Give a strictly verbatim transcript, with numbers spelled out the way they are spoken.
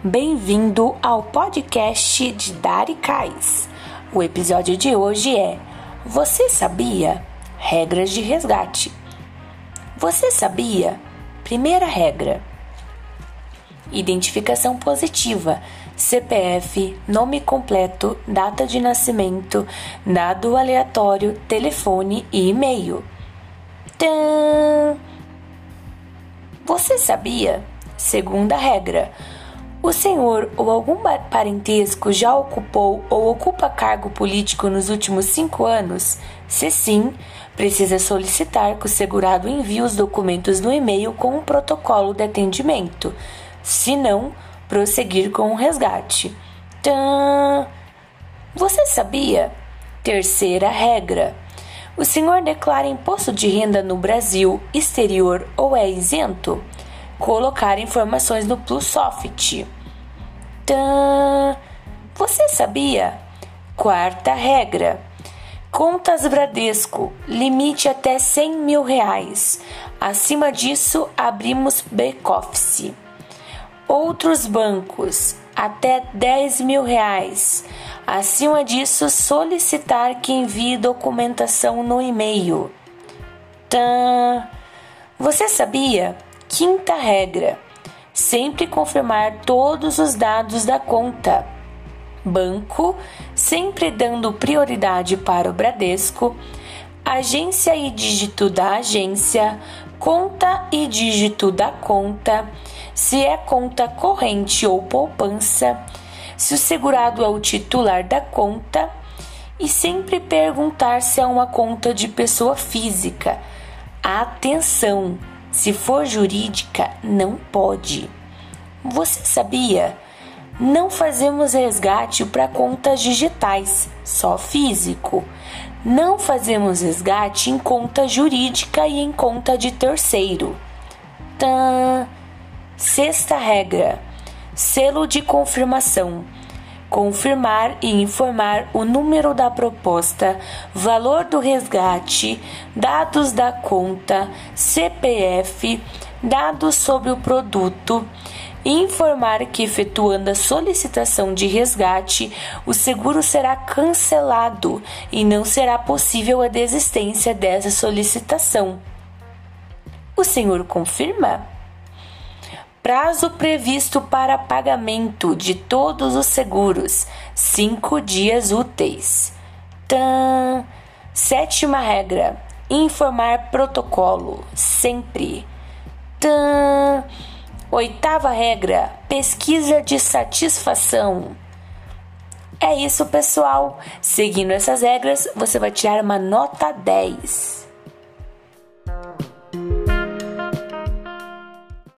Bem-vindo ao podcast de Dari Cais. O episódio de hoje é Você sabia? Regras de resgate. Você sabia? Primeira regra. Identificação positiva, C P F, nome completo, data de nascimento, dado aleatório, telefone e e-mail. Tã! Você sabia? Segunda regra. O senhor ou algum parentesco já ocupou ou ocupa cargo político nos últimos cinco anos? Se sim, precisa solicitar que o segurado envie os documentos no e-mail com um protocolo de atendimento. Se não, prosseguir com o resgate. Tã! Você sabia? Terceira regra. O senhor declara imposto de renda no Brasil, exterior ou é isento? Colocar informações no Plusoft. Tã! Você sabia? Quarta regra. Contas Bradesco, limite até cem mil reais. Acima disso, abrimos back-office. Outros bancos, até dez mil reais. Acima disso, solicitar que envie documentação no e-mail. Tã! Você sabia? Quinta regra. Sempre confirmar todos os dados da conta. Banco, sempre dando prioridade para o Bradesco. Agência e dígito da agência. Conta e dígito da conta. Se é conta corrente ou poupança. Se o segurado é o titular da conta. E sempre perguntar se é uma conta de pessoa física. Atenção! Se for jurídica, não pode. Você sabia? Não fazemos resgate para contas digitais, só físico. Não fazemos resgate em conta jurídica e em conta de terceiro. Tã! Sexta regra. Selo de confirmação. Confirmar e informar o número da proposta, valor do resgate, dados da conta, C P F, dados sobre o produto, e informar que, efetuando a solicitação de resgate, o seguro será cancelado e não será possível a desistência dessa solicitação. O senhor confirma? Prazo previsto para pagamento de todos os seguros, cinco dias úteis. Tã! Sétima regra, informar protocolo, sempre. Tã! Oitava regra, pesquisa de satisfação. É isso, pessoal. Seguindo essas regras, você vai tirar uma nota dez.